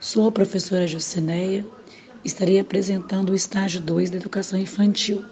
Sou a professora Jucineia, estarei apresentando o estágio 2 da educação infantil,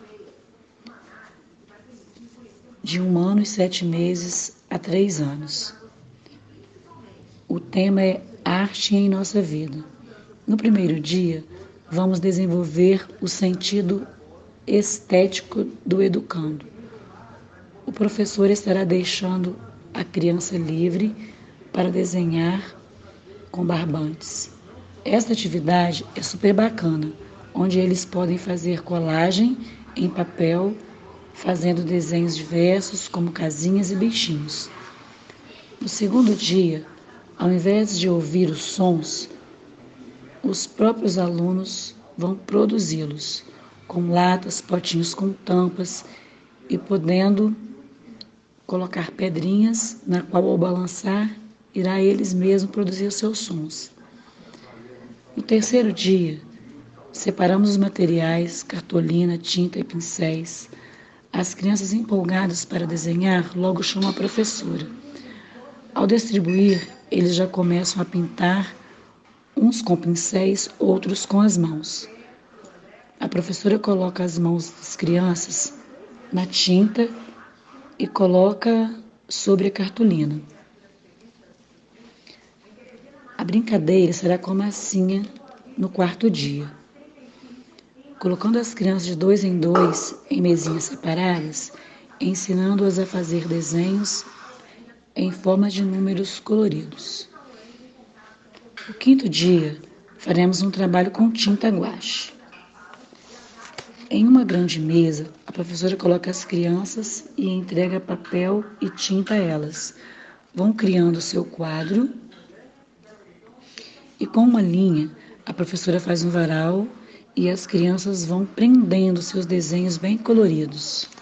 de 1 ano e 7 meses a 3 anos. O tema é arte em nossa vida. No primeiro dia, vamos desenvolver o sentido estético do educando. O professor estará deixando a criança livre para desenhar com barbantes. Esta atividade é super bacana, onde eles podem fazer colagem em papel, fazendo desenhos diversos como casinhas e bichinhos. No segundo dia, ao invés de ouvir os sons, os próprios alunos vão produzi-los, com latas, potinhos com tampas e podendo colocar pedrinhas na qual, ao balançar, irá eles mesmos produzir os seus sons. No terceiro dia, separamos os materiais, cartolina, tinta e pincéis. As crianças empolgadas para desenhar logo chamam a professora. Ao distribuir, eles já começam a pintar, uns com pincéis, outros com as mãos. A professora coloca as mãos das crianças na tinta e coloca sobre a cartolina. A brincadeira será com a massinha no quarto dia. Colocando as crianças de 2 em 2 em mesinhas separadas, ensinando-as a fazer desenhos em forma de números coloridos. No quinto dia, faremos um trabalho com tinta guache. Em uma grande mesa, a professora coloca as crianças e entrega papel e tinta a elas. Vão criando seu quadro e com uma linha, a professora faz um varal e as crianças vão prendendo seus desenhos bem coloridos.